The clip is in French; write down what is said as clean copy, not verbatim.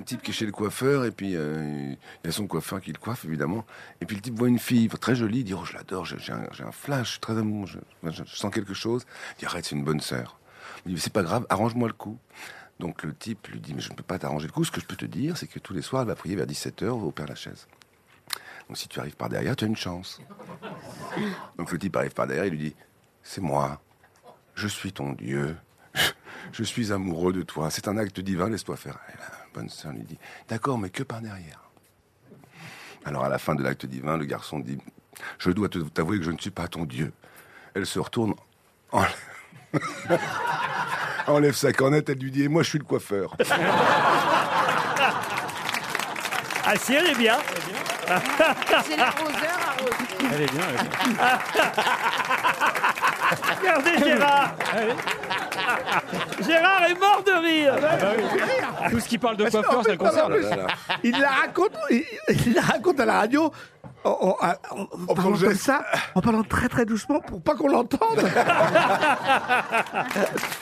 un type qui est chez le coiffeur, et puis il y a son coiffeur qui le coiffe, évidemment. Et puis le type voit une fille très jolie, il dit, oh, je l'adore, j'ai un flash, très amoureux, je sens quelque chose. Il dit, arrête, c'est une bonne sœur. Il dit, c'est pas grave, arrange-moi le coup. Donc le type lui dit, mais je ne peux pas t'arranger le coup, ce que je peux te dire, c'est que tous les soirs, elle va prier vers 17h au Père-Lachaise. Donc si tu arrives par derrière, tu as une chance. Donc le type arrive par derrière, il lui dit, c'est moi, je suis ton Dieu. Je suis amoureux de toi. C'est un acte divin, laisse-toi faire. Et la bonne sœur lui dit, d'accord, mais que par derrière. Alors à la fin de l'acte divin, le garçon dit, je dois t'avouer que je ne suis pas ton Dieu. Elle se retourne, enlève sa cornette, elle lui dit, et moi je suis le coiffeur. Ah si, elle est bien. C'est l'arroseur arrosé. Elle est bien. Regardez Gérard. Gérard est mort de rire. Tout ce qui parle de coiffeur, ça le concerne. Il la raconte à la radio en parlant comme ça, en parlant très très doucement pour pas qu'on l'entende.